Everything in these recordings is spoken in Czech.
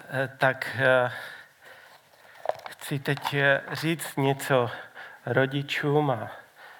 tak chci teď říct něco rodičům a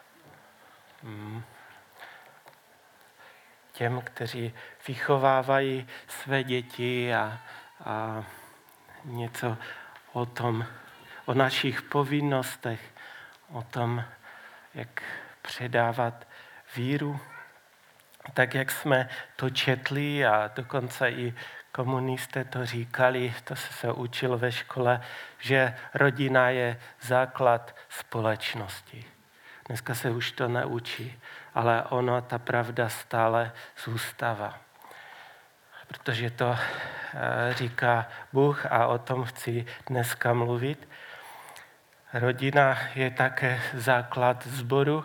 těm, kteří vychovávají své děti a něco o tom, o našich povinnostech, o tom, jak předávat víru. Tak, jak jsme to četli a dokonce i komunisté to říkali, to se učilo ve škole, že rodina je základ společnosti. Dneska se už to neučí, ale ono, ta pravda stále zůstává. Protože to říká Bůh a o tom chci dneska mluvit. Rodina je také základ sboru.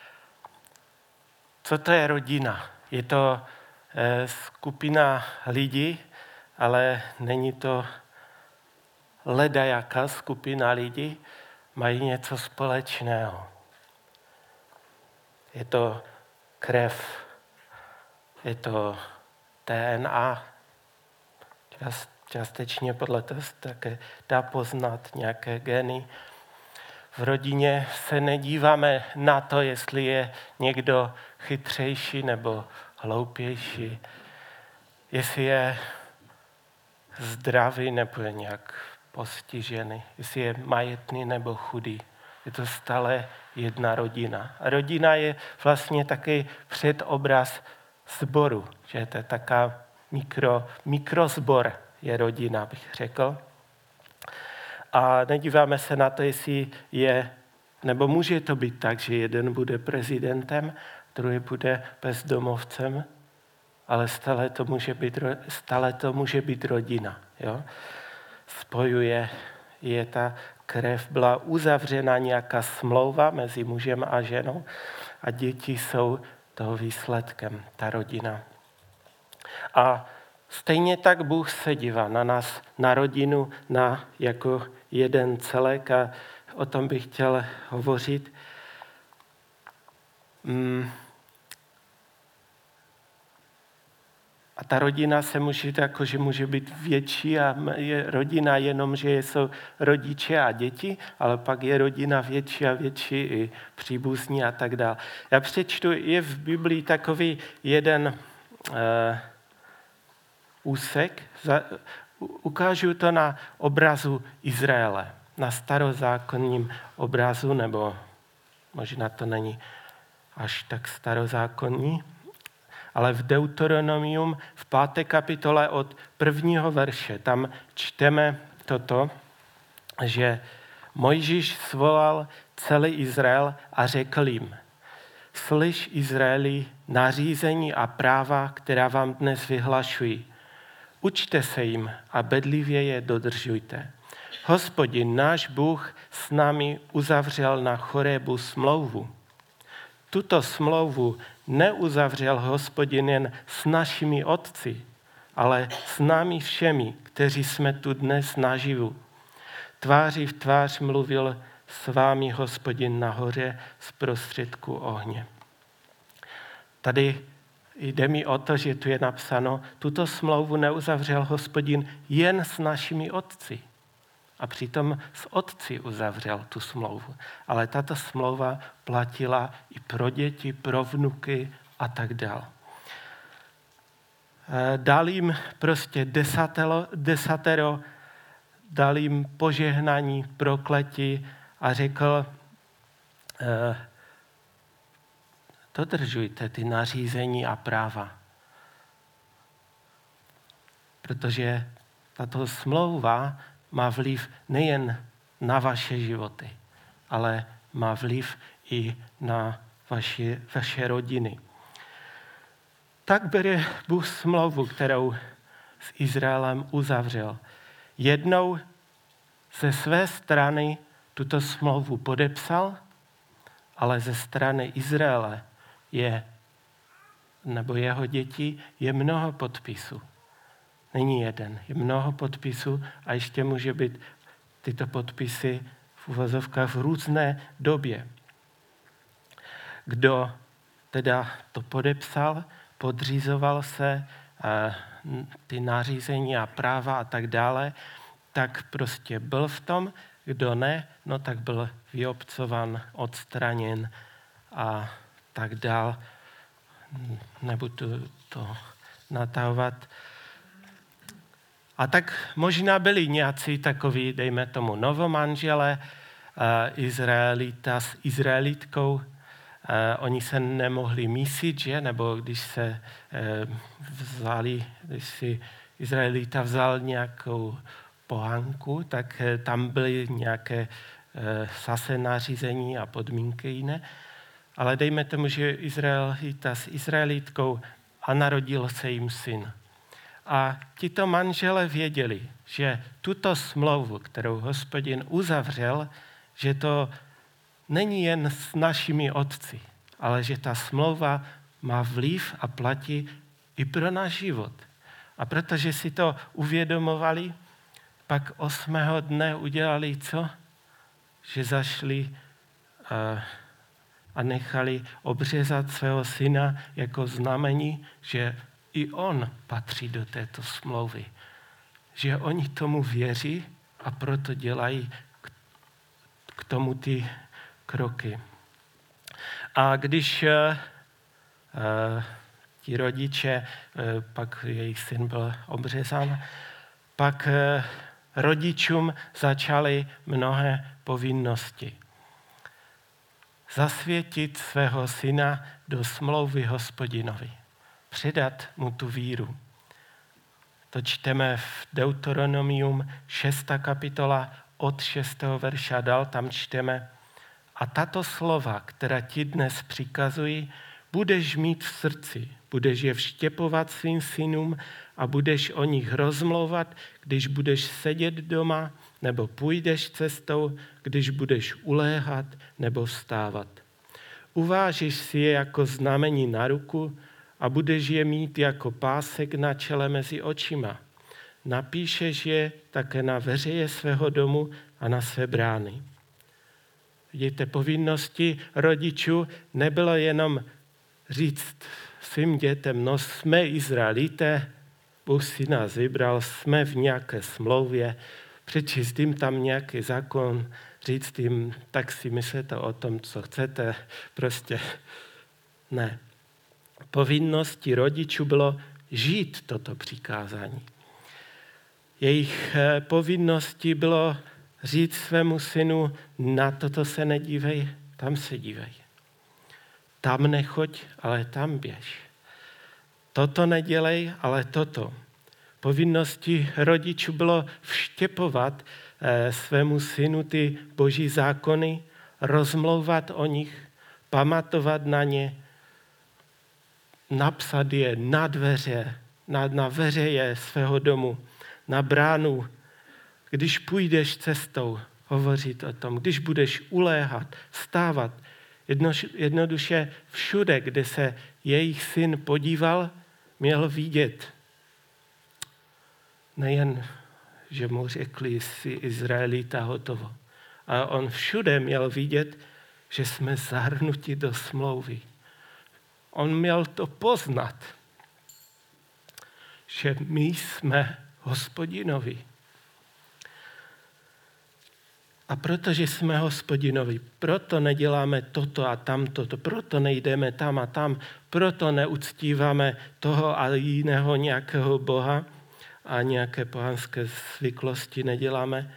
Co to je rodina? Je to skupina lidí, ale není to ledajaká skupina lidí, mají něco společného. Je to krev, je to DNA. Částečně podle toho se také dá poznat nějaké geny. V rodině se nedíváme na to, jestli je někdo chytřejší nebo hloupější, jestli je zdravý nebo je nějak postižený, jestli je majetný nebo chudý. Je to stále jedna rodina. A rodina je vlastně taky předobraz sboru, že to je taká mikrozbor je rodina, bych řekl. A nedíváme se na to, jestli je, nebo může to být tak, že jeden bude prezidentem, druhý bude bezdomovcem, ale stále to může být rodina. Jo? Spojuje je ta krev, byla uzavřena nějaká smlouva mezi mužem a ženou a děti jsou toho výsledkem, ta rodina. A stejně tak Bůh se dívá na nás, na rodinu, jako jeden celek a o tom bych chtěl hovořit. A ta rodina se může být větší a je rodina jenom, že jsou rodiče a děti, ale pak je rodina větší a větší i příbuzní a tak dále. Já přečtu, je v Biblii takový jeden úsek, ukážu to na obrazu Izraele, na starozákonním obrazu, nebo možná to není až tak starozákonní, ale v Deuteronomium v 5. kapitole od 1. verše, tam čteme toto, že Mojžíš svolal celý Izrael a řekl jim: Slyš, Izraeli, nařízení a práva, která vám dnes vyhlašují. Učte se jim a bedlivě je dodržujte. Hospodin, náš Bůh, s námi uzavřel na Chorebu smlouvu. Tuto smlouvu neuzavřel Hospodin jen s našimi otci, ale s námi všemi, kteří jsme tu dnes naživu. Tváří v tvář mluvil s vámi Hospodin nahoře z prostředku ohně. Tady jde mi o to, že tu je napsáno, tuto smlouvu neuzavřel Hospodin jen s našimi otci. A přitom s otci uzavřel tu smlouvu. Ale tato smlouva platila i pro děti, pro vnuky a tak dále. Dal jim prostě desatero, dal jim požehnání, prokletí a řekl, dodržujte ty nařízení a práva. Protože tato smlouva má vliv nejen na vaše životy, ale má vliv i na vaše rodiny. Tak bere Bůh smlouvu, kterou s Izraelem uzavřel. Jednou ze své strany tuto smlouvu podepsal, ale ze strany Izraele nebo jeho dětí je mnoho podpisů. Není jeden, je mnoho podpisů a ještě může být tyto podpisy v uvozovkách v různé době. Kdo teda to podepsal, podřizoval se ty nařízení a práva a tak dále, tak prostě byl v tom, kdo ne, no tak byl vyobcovan, odstraněn a tak dál. Nebudu to natahovat. A tak možná byli nějací takoví, dejme tomu, novomanželé, Izraelita s Izraelitkou. Oni se nemohli mísit, že? Nebo když si Izraelita vzal nějakou pohanku, tak tam byly nějaké zase nařízení a podmínky jiné. Ale dejme tomu, že Izraelita s Izraelitkou a narodil se jim syn. A tito manželé věděli, že tuto smlouvu, kterou Hospodin uzavřel, že to není jen s našimi otci, ale že ta smlouva má vliv a platí i pro náš život. A protože si to uvědomovali, pak 8. dne udělali co? Že zašli a nechali obřezat svého syna jako znamení, že i on patří do této smlouvy. Že oni tomu věří a proto dělají k tomu ty kroky. A když ti rodiče, pak jejich syn byl obřezán, pak rodičům začaly mnohé povinnosti. Zasvětit svého syna do smlouvy Hospodinovi. Předat mu tu víru. To čteme v Deuteronomium 6. kapitola od 6. verša dál, tam čteme: a tato slova, která ti dnes přikazují, budeš mít v srdci, budeš je vštěpovat svým synům a budeš o nich rozmlouvat, když budeš sedět doma, nebo půjdeš cestou, když budeš uléhat nebo vstávat. Uvážeš si je jako znamení na ruku a budeš je mít jako pásek na čele mezi očima. Napíšeš je také na veřeje svého domu a na své brány. Vidíte, povinnosti rodičů nebylo jenom říct svým dětem, no jsme Izraelité, Bůh si nás vybral, jsme v nějaké smlouvě, přečíst jim tam nějaký zákon, říct jim, tak si myslete o tom, co chcete, prostě ne. Povinností rodičů bylo žít toto přikázání. Jejich povinností bylo říct svému synu, na toto se nedívej, tam se dívej. Tam nechoď, ale tam běž. Toto nedělej, ale toto. Povinností rodičů bylo vštěpovat svému synu ty boží zákony, rozmlouvat o nich, pamatovat na ně, napsat je na dveře, na veřeje svého domu, na bránu. Když půjdeš cestou, hovořit o tom, když budeš uléhat, vstávat, jednoduše všude, kde se jejich syn podíval, měl vidět. Nejen, že mu řekli, jsi Izraelita, hotovo. Ale on všude měl vidět, že jsme zahrnuti do smlouvy. On měl to poznat, že my jsme Hospodinovi. A protože jsme Hospodinovi, proto neděláme toto a tamto, proto nejdeme tam a tam, proto neuctíváme toho a jiného nějakého boha a nějaké pohanské zvyklosti neděláme.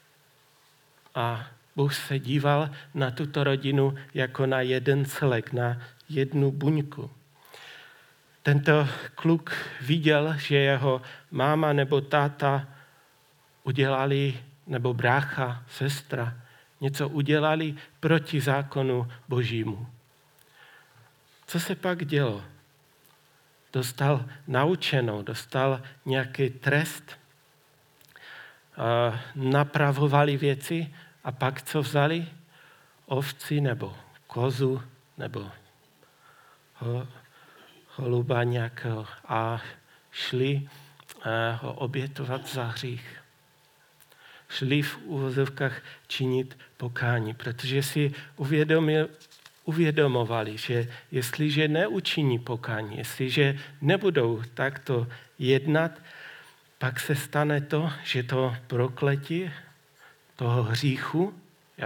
A Bůh se díval na tuto rodinu jako na jeden celek, na jednu buňku. Tento kluk viděl, že jeho máma nebo táta udělali, nebo brácha, sestra, něco udělali proti zákonu Božímu. Co se pak dělo? Dostal naučeno, dostal nějaký trest, napravovali věci a pak co vzali? Ovci nebo kozu nebo holuba nějakého a šli ho obětovat za hřích. Šli v uvozovkách činit pokání, protože si uvědomovali, že jestliže neučiní pokání, jestliže nebudou takto jednat, pak se stane to, že to prokletí toho hříchu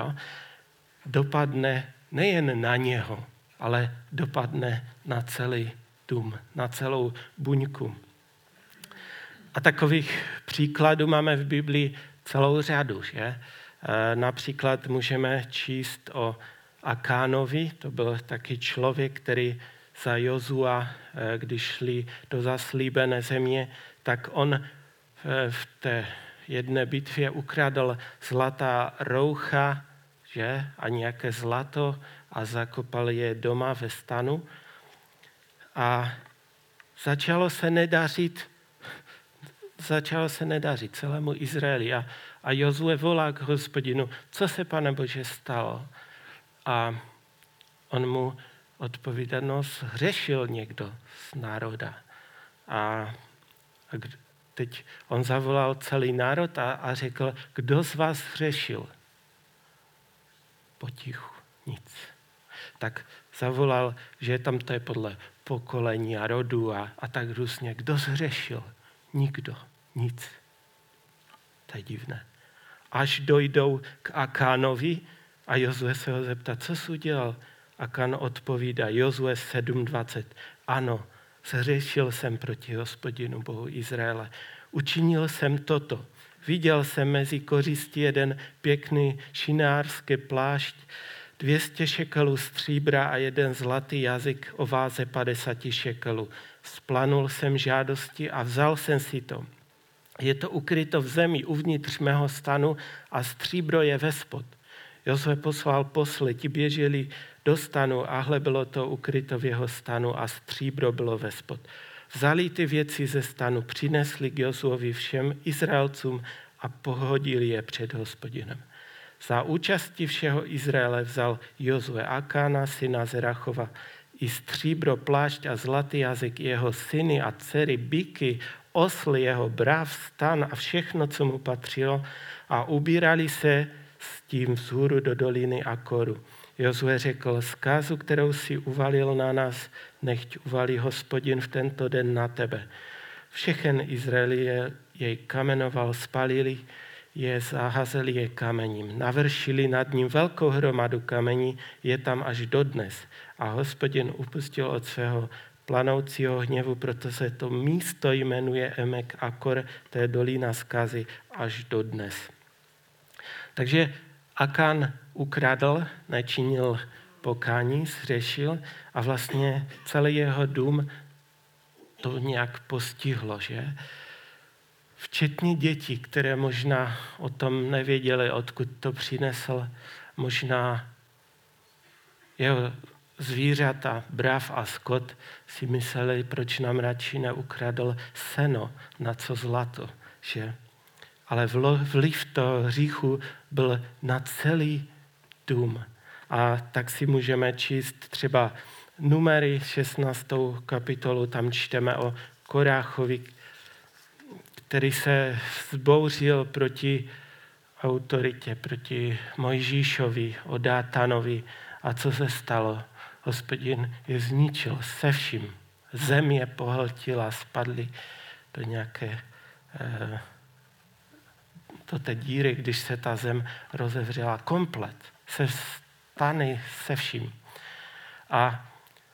dopadne nejen na něho, ale dopadne na celý dům, na celou buňku. A takových příkladů máme v Biblii celou řadu. Že? Například můžeme číst o Akánovi, to byl taky člověk, který za Jozua, když šli do zaslíbené země, tak on v té jedné bitvě ukradl zlatá roucha, že? A nějaké zlato a zakopal je doma ve stanu. A začalo se nedařit celému Izraeli. A Jozue volá k Hospodinu, co se, Pane Bože, stalo? A on mu odpovídá, zhřešil někdo z národa. A teď on zavolal celý národ a řekl, kdo z vás hřešil? Potichu, nic. Tak zavolal, že tam to je podle pokolení a rodu a tak různě. Kdo zhřešil? Nikdo, nic. To je divné. Až dojdou k Akánovi a Jozue se ho zeptá, co jsi udělal? Akán odpovídá, Jozue 7:20. Ano, zhřešil jsem proti Hospodinu Bohu Izraele. Učinil jsem toto. Viděl jsem mezi kořistí jeden pěkný šinářský plášť, 200 šekelů stříbra a jeden zlatý jazyk o váze 50 šekelů. Splanul jsem žádosti a vzal jsem si to. Je to ukryto v zemi uvnitř mého stanu a stříbro je vespod. Jozue poslal posly, ti běželi do stanu a hle, bylo to ukryto v jeho stanu a stříbro bylo vespod. Vzali ty věci ze stanu, přinesli k Jozuovi všem Izraelcům a pohodili je před Hospodinem. Za účasti všeho Izraele vzal Jozue Akána, syna Zerachova, i stříbro, plášť a zlatý jazyk, jeho syny a dcery, byky, osly, jeho brav, stan a všechno, co mu patřilo, a ubírali se s tím vzhůru do doliny Akoru. Jozue řekl, zkázu, kterou si uvalil na nás, nechť uvalí Hospodin v tento den na tebe. Všechen Izrael jej kamenoval, spalili je, zahazeli je kamením. Navršili nad ním velkou hromadu kamení, je tam až dodnes. A Hospodin upustil od svého planoucího hněvu, proto se to místo jmenuje Emek Akor, to je dolina zkázy, až dodnes. Takže Akán ukradl, nečinil pokání, zhřešil a vlastně celý jeho dům to nějak postihlo, že? Včetně dětí, které možná o tom nevěděli, odkud to přinesl, možná jeho zvířata, brav a skot si mysleli, proč nám radši neukradl seno, na co zlato, že? Ale vliv toho hříchu byl na celý dům. A tak si můžeme číst třeba Numery 16. kapitolu, tam čteme o Koráchovi, který se vzbouřil proti autoritě, proti Mojžíšovi, o Dátanovi. A co se stalo? Hospodin je zničil se vším. Zem je pohltila, spadly do nějaké do té díry, když se ta zem rozevřela komplet. Se stany, se vším. A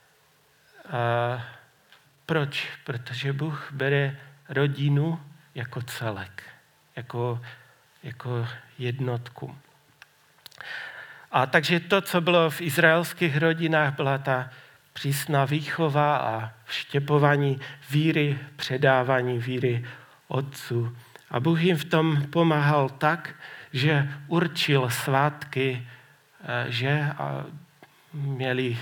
proč? Protože Bůh bere rodinu jako celek, jako jednotku. A takže to, co bylo v izraelských rodinách, byla ta přísná výchova a vštěpování víry, předávání víry otců. A Bůh jim v tom pomáhal tak, že určil svátky, že měli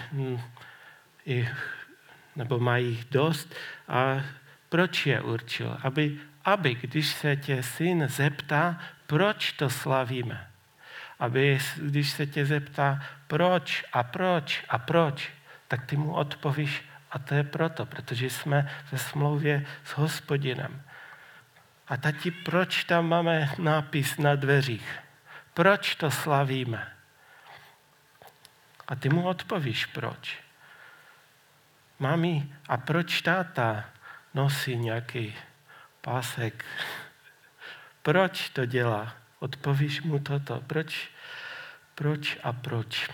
nebo mají dost. A proč je určil? Aby když se tě syn zeptá, proč to slavíme, aby když se tě zeptá, proč, tak ty mu odpovíš, a to je proto, protože jsme ve smlouvě s Hospodinem. A tati, proč tam máme nápis na dveřích? Proč to slavíme? A ty mu odpovíš, proč. Mami, a proč táta nosí nějaký pásek? Proč to dělá? Odpovíš mu toto. Proč a proč?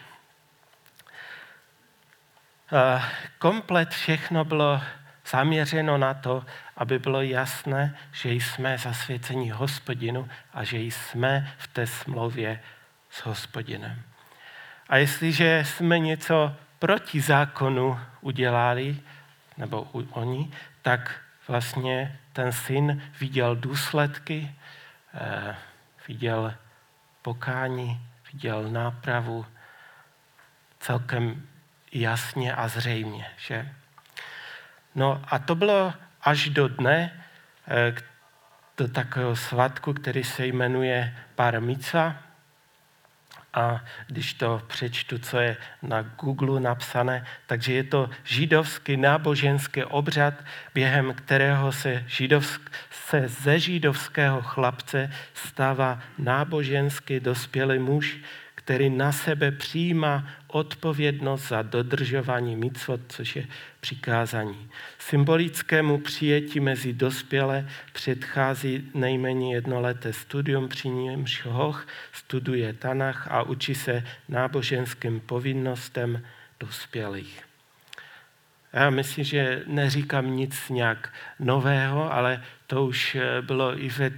Komplet všechno bylo zaměřeno na to, aby bylo jasné, že jsme zasvěcení Hospodinu a že jsme v té smlouvě s Hospodinem. A jestliže jsme něco proti zákonu udělali, nebo oni, tak vlastně ten syn viděl důsledky, viděl pokání, viděl nápravu celkem jasně a zřejmě, že? No a to bylo až do dne, do takového svatku, který se jmenuje Bar Micva. A když to přečtu, co je na Google napsané, takže je to židovský náboženský obřad, během kterého se ze židovského chlapce stává náboženský dospělý muž, který na sebe přijímá odpovědnost za dodržování micvot, což je přikázání. Symbolickému přijetí mezi dospělé předchází nejméně jednoleté studium, při němž Hoch studuje Tanach a učí se náboženským povinnostem dospělých. Já myslím, že neříkám nic nějak nového, ale to už bylo i ve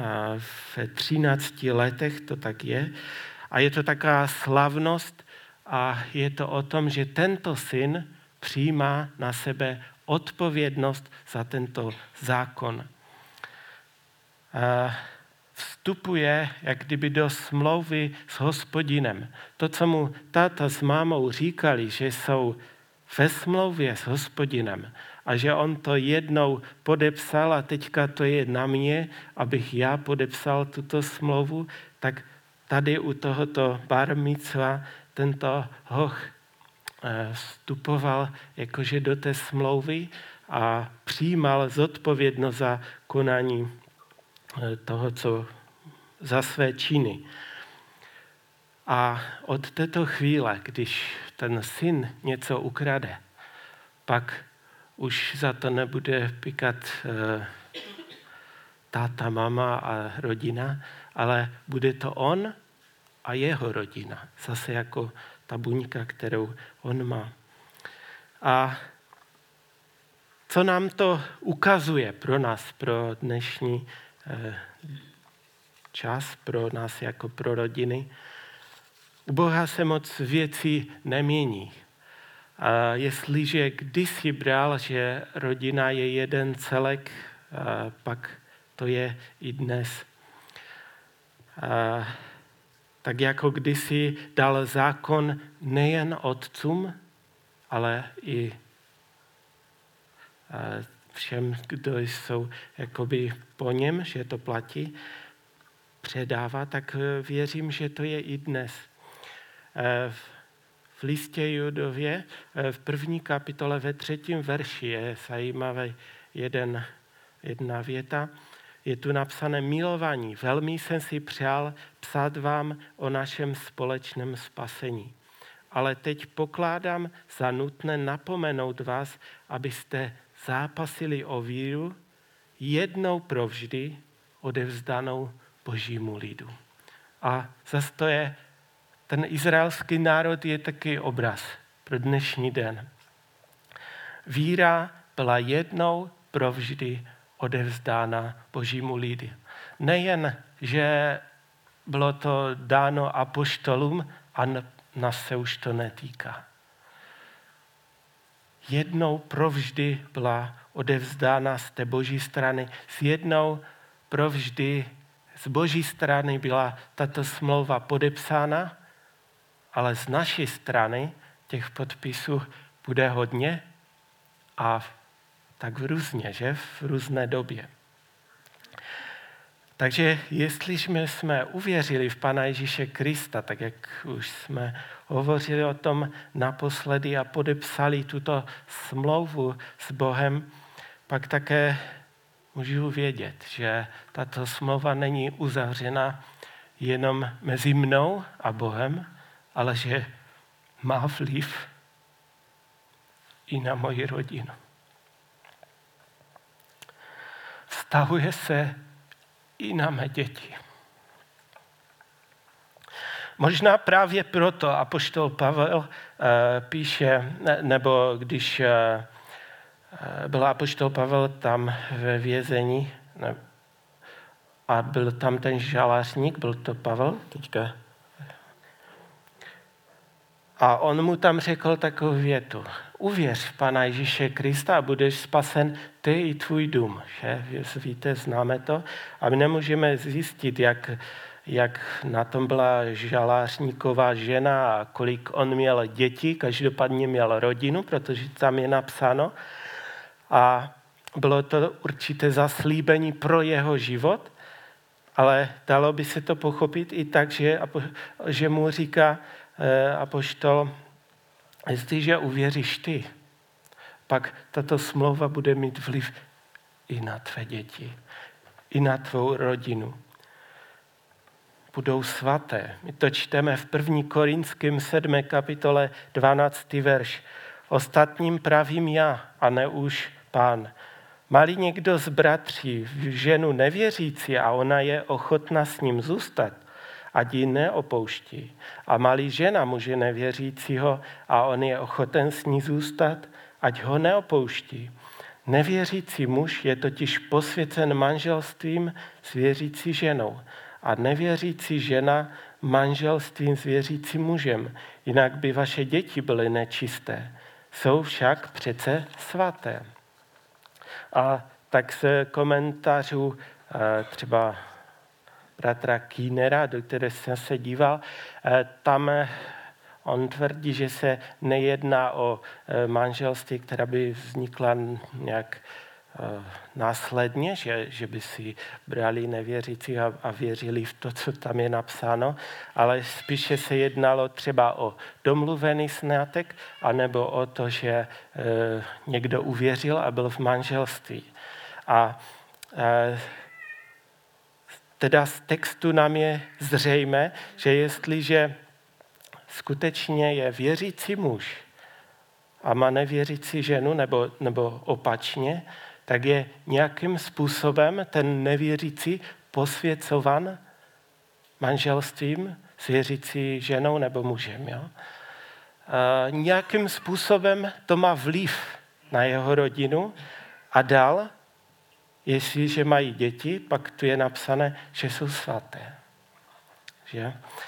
13 letech, to tak je. A je to taková slavnost a je to o tom, že tento syn přijímá na sebe odpovědnost za tento zákon. Vstupuje jak kdyby do smlouvy s Hospodinem. To, co mu táta s mámou říkali, že jsou ve smlouvě s Hospodinem a že on to jednou podepsal a teďka to je na mě, abych já podepsal tuto smlouvu, tak tady u tohoto bar micva tento Hoch vstupoval jakože do té smlouvy a přijímal zodpovědnost za konání toho, co za své činy. A od této chvíle, když ten syn něco ukrade, pak už za to nebude pikat táta, mama a rodina, ale bude to on a jeho rodina. Zase jako ta buňka, kterou on má. A co nám to ukazuje pro nás, pro dnešní čas, pro nás jako pro rodiny? U Boha se moc věcí nemění. A jestliže kdysi bral, že rodina je jeden celek, pak to je i dnes. Tak jako kdysi dal zákon nejen otcům, ale i všem, kdo jsou jakoby po něm, že to platí, předává, tak věřím, že to je i dnes. V listě Judově v 1. kapitole ve 3. verši je zajímavý jedna věta. Je tu napsané milování. Velmi jsem si přál psát vám o našem společném spasení. Ale teď pokládám za nutné napomenout vás, abyste zápasili o víru jednou provždy odevzdanou Božímu lidu. A zase to je, ten izraelský národ je taky obraz pro dnešní den. Víra byla jednou provždy odevzdána Božímu lidu. Nejen, že bylo to dáno apoštolům a nás se už to netýká. Jednou provždy byla odevzdána z té Boží strany, s jednou provždy z Boží strany byla tato smlouva podepsána, ale z naší strany těch podpisů bude hodně a tak různě, že? V různé době. Takže jestliže jsme uvěřili v Pana Ježíše Krista, tak jak už jsme hovořili o tom naposledy a podepsali tuto smlouvu s Bohem, pak také můžu vědět, že tato smlouva není uzavřena jenom mezi mnou a Bohem, ale že má vliv i na moji rodinu. Vztahuje se i na mé děti. Možná právě proto apoštol Pavel píše, nebo když byl apoštol Pavel tam ve vězení a byl tam ten žalářník, byl to Pavel teďka. A on mu tam řekl takovou větu. Uvěř v Pana Ježíše Krista a budeš spasen ty i tvůj dům. Že? Víte, známe to. A my nemůžeme zjistit, jak na tom byla žalářníková žena a kolik on měl dětí. Každopádně měl rodinu, protože tam je napsáno. A bylo to určité zaslíbení pro jeho život, ale dalo by se to pochopit i tak, že mu říká apoštol, jestliže uvěříš ty, pak tato smlouva bude mít vliv i na tvé děti, i na tvou rodinu. Budou svaté. My to čteme v 1. Korinským 7. kapitole 12. verš. Ostatním pravím já a ne už Pán. Má-li někdo z bratří ženu nevěřící a ona je ochotna s ním zůstat, ať ji neopouští. A má-li žena muže nevěřícího a on je ochoten s ní zůstat, ať ho neopouští. Nevěřící muž je totiž posvěcen manželstvím s věřící ženou a nevěřící žena manželstvím s věřícím mužem. Jinak by vaše děti byly nečisté. Jsou však přece svaté. A tak z komentářů třeba bratra Kínera, do které jsem se díval, tam on tvrdí, že se nejedná o manželství, která by vznikla nějak následně, že by si brali nevěřící a věřili v to, co tam je napsáno, ale spíše se jednalo třeba o domluvený sňatek, anebo o to, že někdo uvěřil a byl v manželství. A teda z textu nám je zřejmé, že jestliže skutečně je věřící muž a má nevěřící ženu, nebo opačně, tak je nějakým způsobem ten nevěřící posvěcovan manželstvím s věřící ženou nebo mužem. Jo? Nějakým způsobem to má vliv na jeho rodinu a dál, jestliže mají děti, pak tu je napsané, že jsou svaté. Že?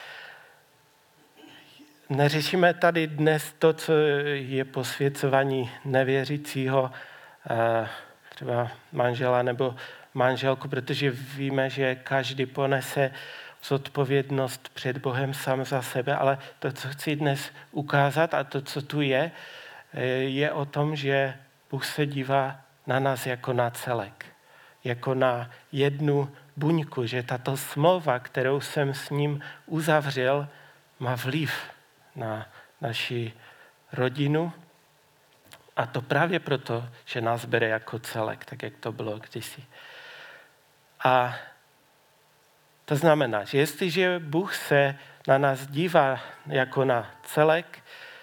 Neřešíme tady dnes to, co je posvěcování nevěřícího, třeba manžela nebo manželku, protože víme, že každý ponese zodpovědnost před Bohem sám za sebe, ale to, co chci dnes ukázat a to, co tu je o tom, že Bůh se dívá na nás jako na celek, jako na jednu buňku, že tato smlouva, kterou jsem s ním uzavřel, má vliv na naši rodinu. A to právě proto, že nás bere jako celek, tak jak to bylo kdysi. A to znamená, že jestliže Bůh se na nás dívá jako na celek,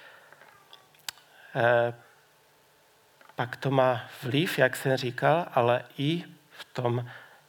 pak to má vliv, jak jsem říkal, ale i v tom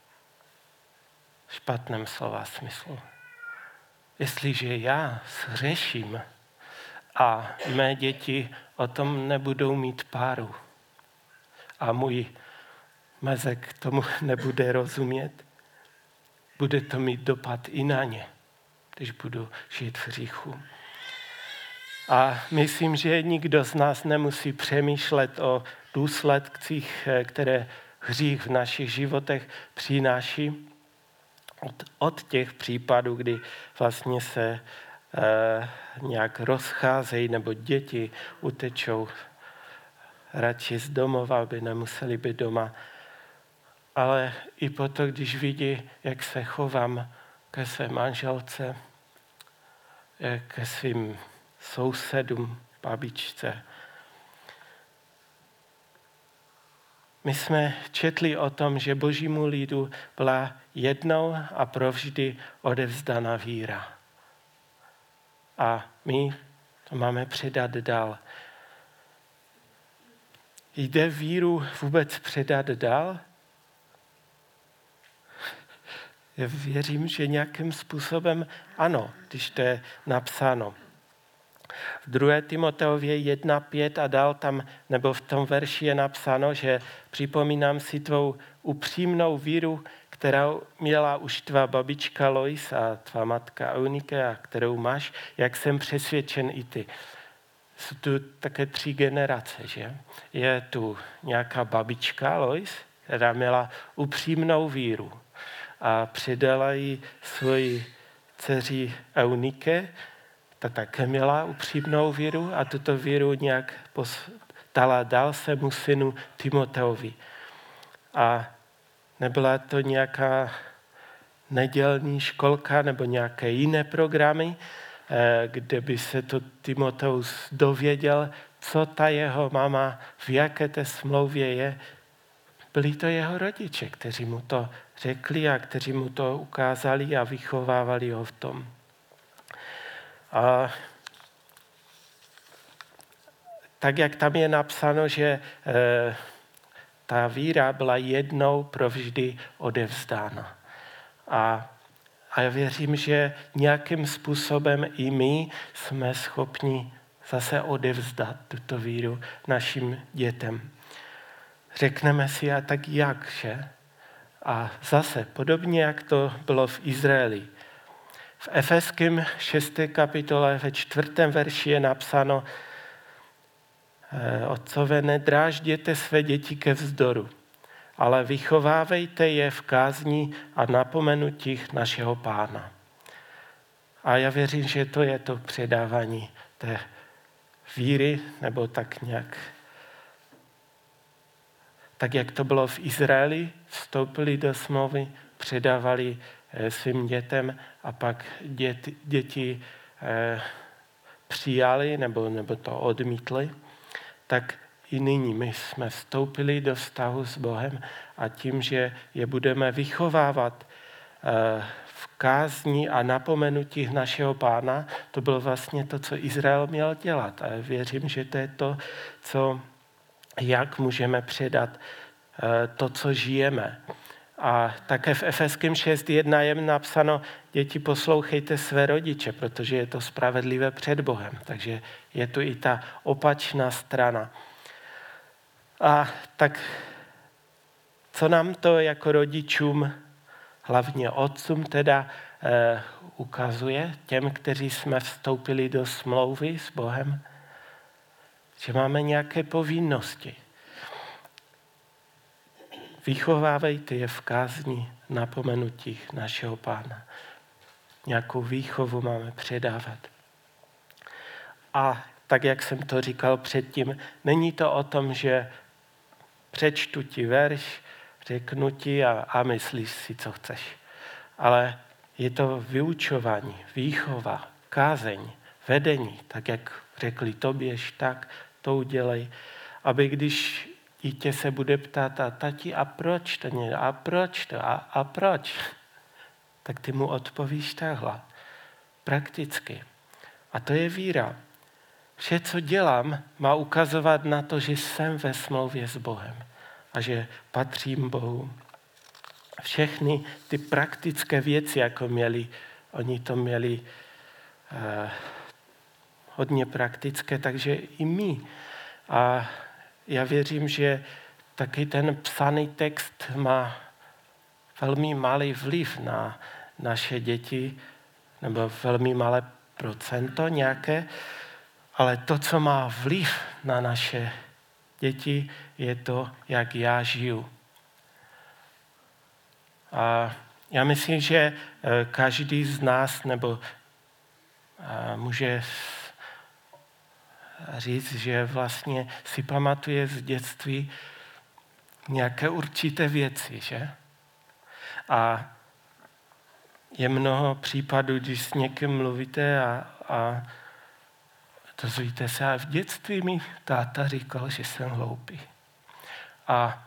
špatném slova smyslu. Jestliže já zhřeším a mé děti o tom nebudou mít páru a můj mozek tomu nebude rozumět, bude to mít dopad i na ně, když budu žít v hříchu. A myslím, že nikdo z nás nemusí přemýšlet o důsledcích, které hřích v našich životech přináší. Od těch případů, kdy vlastně se nějak rozcházejí nebo děti utečou radši z domova, aby nemuseli být doma. Ale i potom, když vidí, jak se chovám ke své manželce, ke svým sousedům, babičce. My jsme četli o tom, že Božímu lidu byla jednou a provždy odevzdána víra. A my máme předat dál. Jde víru vůbec předat dál? Já věřím, že nějakým způsobem ano, když to je napsáno. V 2. Timoteově 1:5 a dál tam, nebo v tom verši je napsáno, že připomínám si tvou upřímnou víru, kterou měla už tvá babička Lois a tvá matka Eunike, a kterou máš, jak jsem přesvědčen i ty. Jsou tu také 3 generace, že? Je tu nějaká babička Lois, která měla upřímnou víru a předala ji svoji dceři Eunike, ta také měla upřímnou víru a tuto víru nějak dala dál svému synu Timoteovi. A nebyla to nějaká nedělní školka nebo nějaké jiné programy, kde by se to Timoteus dověděl, co ta jeho mama, v jaké té smlouvě je. Byli to jeho rodiče, kteří mu to řekli a kteří mu to ukázali a vychovávali ho v tom. A tak, jak tam je napsáno, že ta víra byla jednou provždy odevzdána. A já věřím, že nějakým způsobem i my jsme schopni zase odevzdat tuto víru našim dětem. Řekneme si, a tak jak, že? A zase, podobně jak to bylo v Izraeli. V Efeským 6. kapitole ve 4. verši je napsáno: Otcové, nedrážděte své děti ke vzdoru, ale vychovávejte je v kázni a napomenutích našeho Pána. A já věřím, že to je to předávání té víry, nebo tak nějak. Tak, jak to bylo v Izraeli, vstoupili do smlouvy, předávali svým dětem a pak děti přijali nebo to odmítli, tak i nyní my jsme vstoupili do vztahu s Bohem a tím, že je budeme vychovávat v kázni a napomenutích našeho Pána, to bylo vlastně to, co Izrael měl dělat. A věřím, že to je to, jak můžeme předat to, co žijeme. A také v Efeským 6.1 je napsáno: děti, poslouchejte své rodiče, protože je to spravedlivé před Bohem. Takže je tu i ta opačná strana. A tak co nám to jako rodičům, hlavně otcům teda, ukazuje, těm, kteří jsme vstoupili do smlouvy s Bohem, že máme nějaké povinnosti. Vychovávejte je v kázni napomenutích našeho Pána. Nějakou výchovu máme předávat. A tak, jak jsem to říkal předtím, není to o tom, že přečtu ti verš, řeknu ti a myslíš si, co chceš. Ale je to vyučování, výchova, kázeň, vedení, tak jak řekli Toběž, tak to udělej, aby když dítě se bude ptát: a tati, a proč to ne? A proč to? A proč? Tak ty mu odpovíš takhle. Prakticky. A to je víra. Vše, co dělám, má ukazovat na to, že jsem ve smlouvě s Bohem a že patřím Bohu. Všechny ty praktické věci, jako oni to měli hodně praktické, takže i my. A já věřím, že taky ten psaný text má velmi malý vliv na naše děti, nebo velmi malé procento nějaké, ale to, co má vliv na naše děti, je to, jak já žiju. A já myslím, že každý z nás nebo může říct, že vlastně si pamatuje z dětství nějaké určité věci, že? A je mnoho případů, když s někým mluvíte a dozvíte se, a v dětství mi táta říkal, že jsem hloupý. A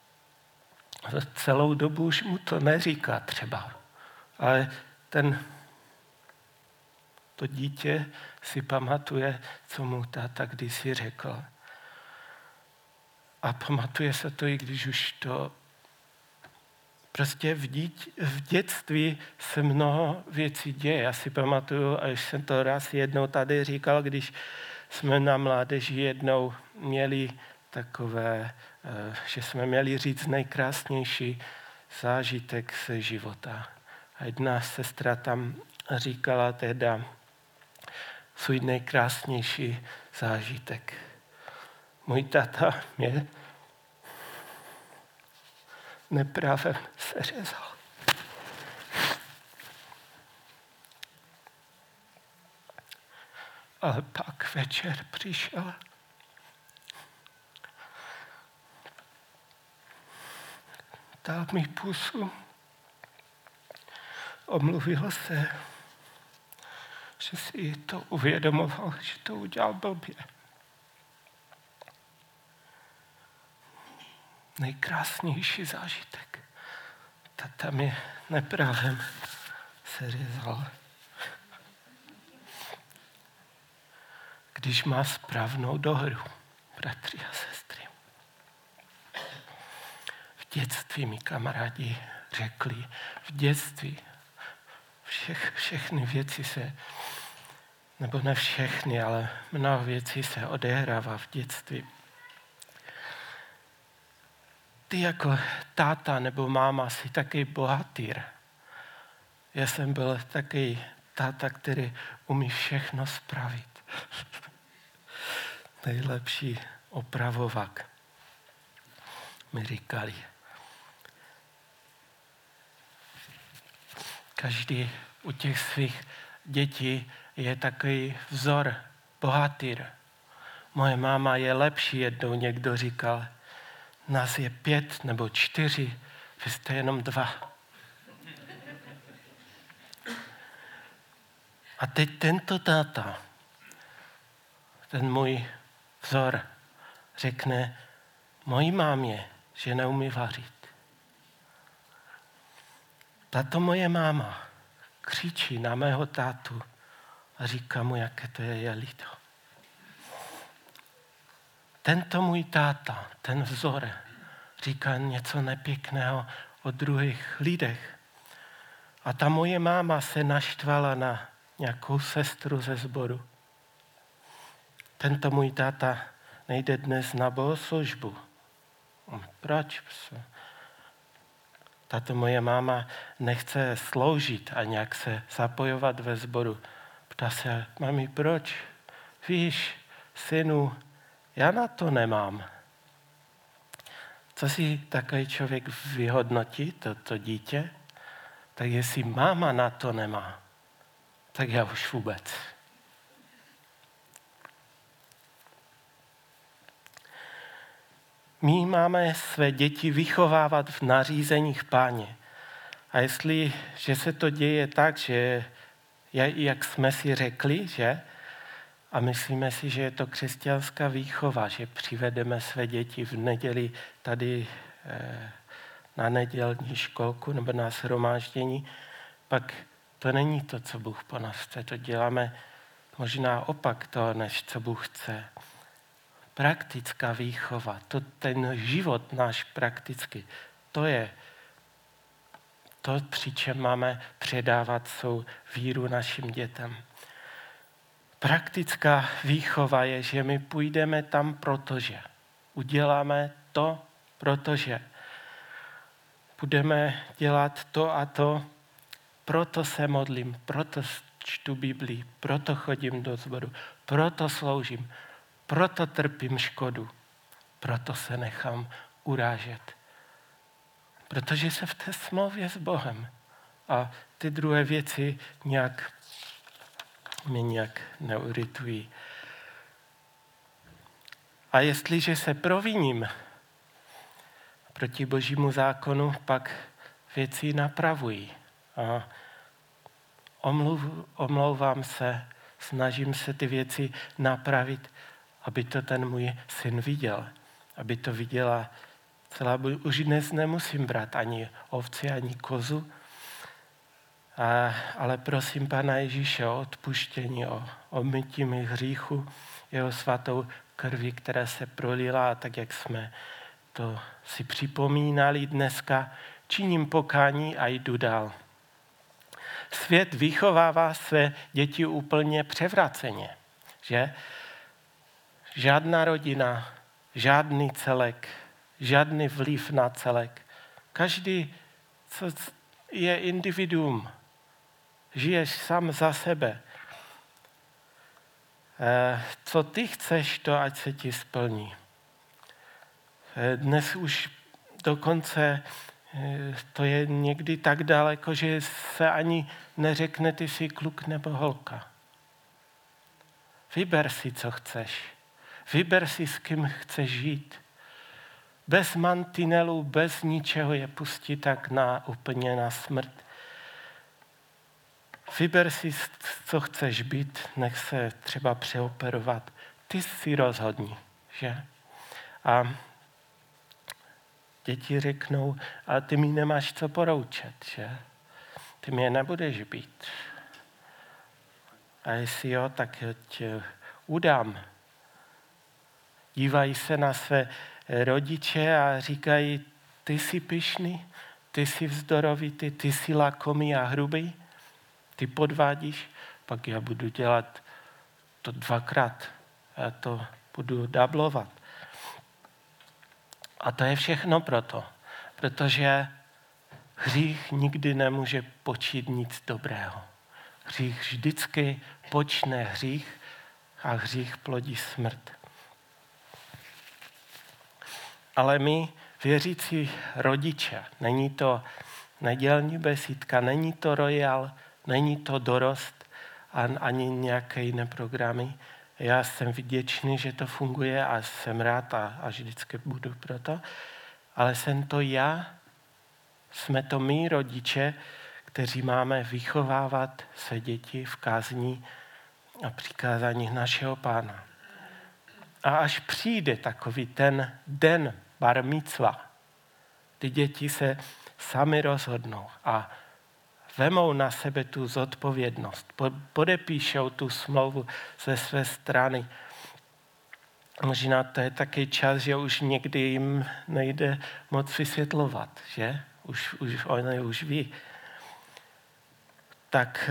celou dobu už mu to neříká třeba. Ale To dítě si pamatuje, co mu táta kdysi řekl. A pamatuje se to, i když už to prostě v dětství se mnoho věcí děje. Já si pamatuju, a už jsem to raz jednou tady říkal, když jsme na mládeži jednou měli takové, že jsme měli říct nejkrásnější zážitek ze života. A jedna sestra tam říkala teda svůj nejkrásnější zážitek. Můj táta mě neprávem seřezal. Ale pak večer přišel dal mi pusu, omluvil se, že si to uvědomoval, že to udělal blbě. Nejkrásnější zážitek. Tata mě neprávem seřezal. Když má správnou dohru, bratři a sestry. V dětství mi kamarádi řekli, v dětství všechny věci se, nebo ne všechny, ale mnoho věcí se odehrává v dětství. Ty jako táta nebo máma jsi taky bohatýr. Já jsem byl taky táta, který umí všechno spravit. Nejlepší opravovák, mi říkali. Každý u těch svých dětí je takový vzor, bohatýr. Moje máma je lepší, jednou někdo říkal. Nás je 5 nebo 4, vy jste jenom 2. A teď tento táta, ten můj vzor, řekne mojí mámě, že neumí vařit. Tato moje máma křičí na mého tátu a říká mu, jaké to je líto. Tento můj táta, ten vzor, říká něco nepěkného o druhých lidech. A ta moje máma se naštvala na nějakou sestru ze sboru. Tento můj táta nejde dnes na bohoslužbu. Proč? Tato moje máma nechce sloužit a nějak se zapojovat ve sboru. Ptá se, mami, proč? Víš, synu, já na to nemám. Co si takový člověk vyhodnotí, to dítě? Tak jestli máma na to nemá, tak já už vůbec. My máme své děti vychovávat v nařízeních Páně. A jestliže se to děje tak, že jak jsme si řekli, že? A myslíme si, že je to křesťanská výchova, že přivedeme své děti v neděli tady na nedělní školku nebo na shromáždění, pak to není to, co Bůh po nás chce. To děláme možná opak toho, než co Bůh chce. Praktická výchova, ten život náš prakticky, to je to, při čem máme předávat svou víru našim dětem. Praktická výchova je, že my půjdeme tam, protože uděláme to, protože budeme dělat to a to, proto se modlím, proto čtu Biblii, proto chodím do sboru, proto sloužím, proto trpím škodu, proto se nechám urážet. Protože se v té smlouvě s Bohem a ty druhé věci mě nějak neuritují. A jestliže se proviním proti Božímu zákonu, pak věci napravují. A omlouvám se, snažím se ty věci napravit, aby to ten můj syn viděl. Aby to viděla celá, už dnes nemusím brát ani ovci, ani kozu. Ale prosím Pana Ježíše o odpuštění, o mytí mých hříchů, jeho svatou krví, která se prolila, a tak, jak jsme to si připomínali dneska, činím pokání a jdu dál. Svět vychovává své děti úplně převraceně, že? Žádná rodina, žádný celek, žádný vliv na celek. Každý je individuum. Žiješ sám za sebe. Co ty chceš, to ať se ti splní. Dnes už dokonce to je někdy tak daleko, že se ani neřekne, ty jsi kluk nebo holka. Vyber si, co chceš. Vyber si, s kým chceš žít. Bez mantinelů, bez ničeho je pustí tak úplně na smrt. Vyber si, co chceš být, nech se třeba přeoperovat. Ty si rozhodni, že? A děti řeknou, ale ty mi nemáš co poroučet, že? Ty mě nebudeš být. A jestli jo, tak tě udám. Dívají se na své rodiče a říkají, ty jsi pyšný, ty jsi vzdorovitý, ty jsi lakomý a hrubý, ty podvádíš, pak já budu dělat to 2krát. Já to budu dublovat. A to je všechno protože hřích nikdy nemůže počít nic dobrého. Hřích vždycky počne hřích a hřích plodí smrt. Ale my, věřící rodiče, není to nedělní besídka, není to Royal, není to Dorost, ani nějaké jiné programy. Já jsem vděčný, že to funguje a jsem rád a vždycky budu proto. Ale jsem to já, jsme to my rodiče, kteří máme vychovávat své děti v kázní a přikázání našeho Pána. A až přijde takový ten den bar micva, ty děti se sami rozhodnou a vemou na sebe tu zodpovědnost, podepíšou tu smlouvu ze své strany. Možná to je taky čas, že už někdy jim nejde moc vysvětlovat, že? Oni už ví. Tak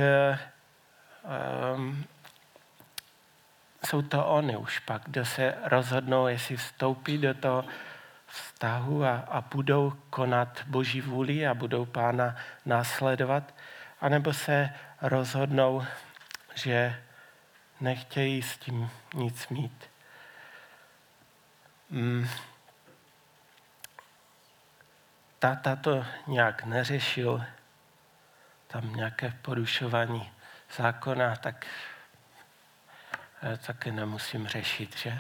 jsou to oni už pak, kdo se rozhodnou, jestli vstoupí do toho vztahu a budou konat Boží vůli a budou Pána následovat, anebo se rozhodnou, že nechtějí s tím nic mít. Táta to nějak neřešil, tam nějaké porušování zákona, tak taky nemusím řešit, že?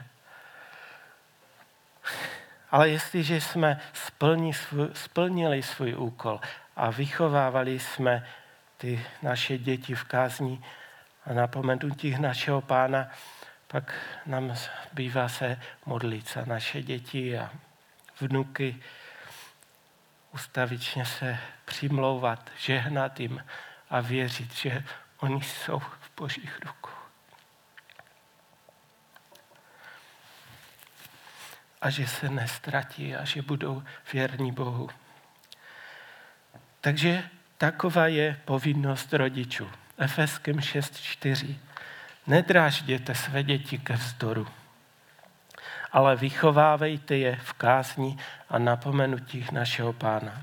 Ale jestliže jsme splnili svůj úkol a vychovávali jsme ty naše děti v kázni a napomenutí našeho Pána, pak nám bývá se modlit za naše děti a vnuky, ustavičně se přimlouvat, žehnat jim a věřit, že oni jsou v Božích rukou. A že se nestratí a že budou věrní Bohu. Takže taková je povinnost rodičů. Efeským 6:4. Nedrážděte své děti ke vzdoru, ale vychovávejte je v kázni a napomenutích našeho Pána.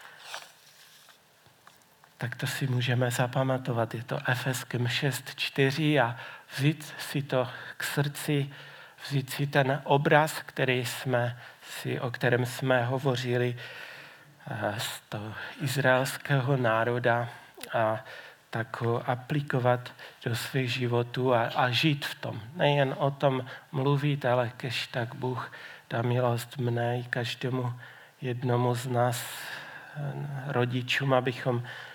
Tak to si můžeme zapamatovat. Je to Efeským 6:4 a vzít si to k srdci, vzít si ten obraz, o kterém jsme hovořili z toho izraelského národa a tak ho aplikovat do svých životů a žít v tom. Nejen o tom mluvit, ale kež tak Bůh dá milost mne i každému jednomu z nás rodičům, abychom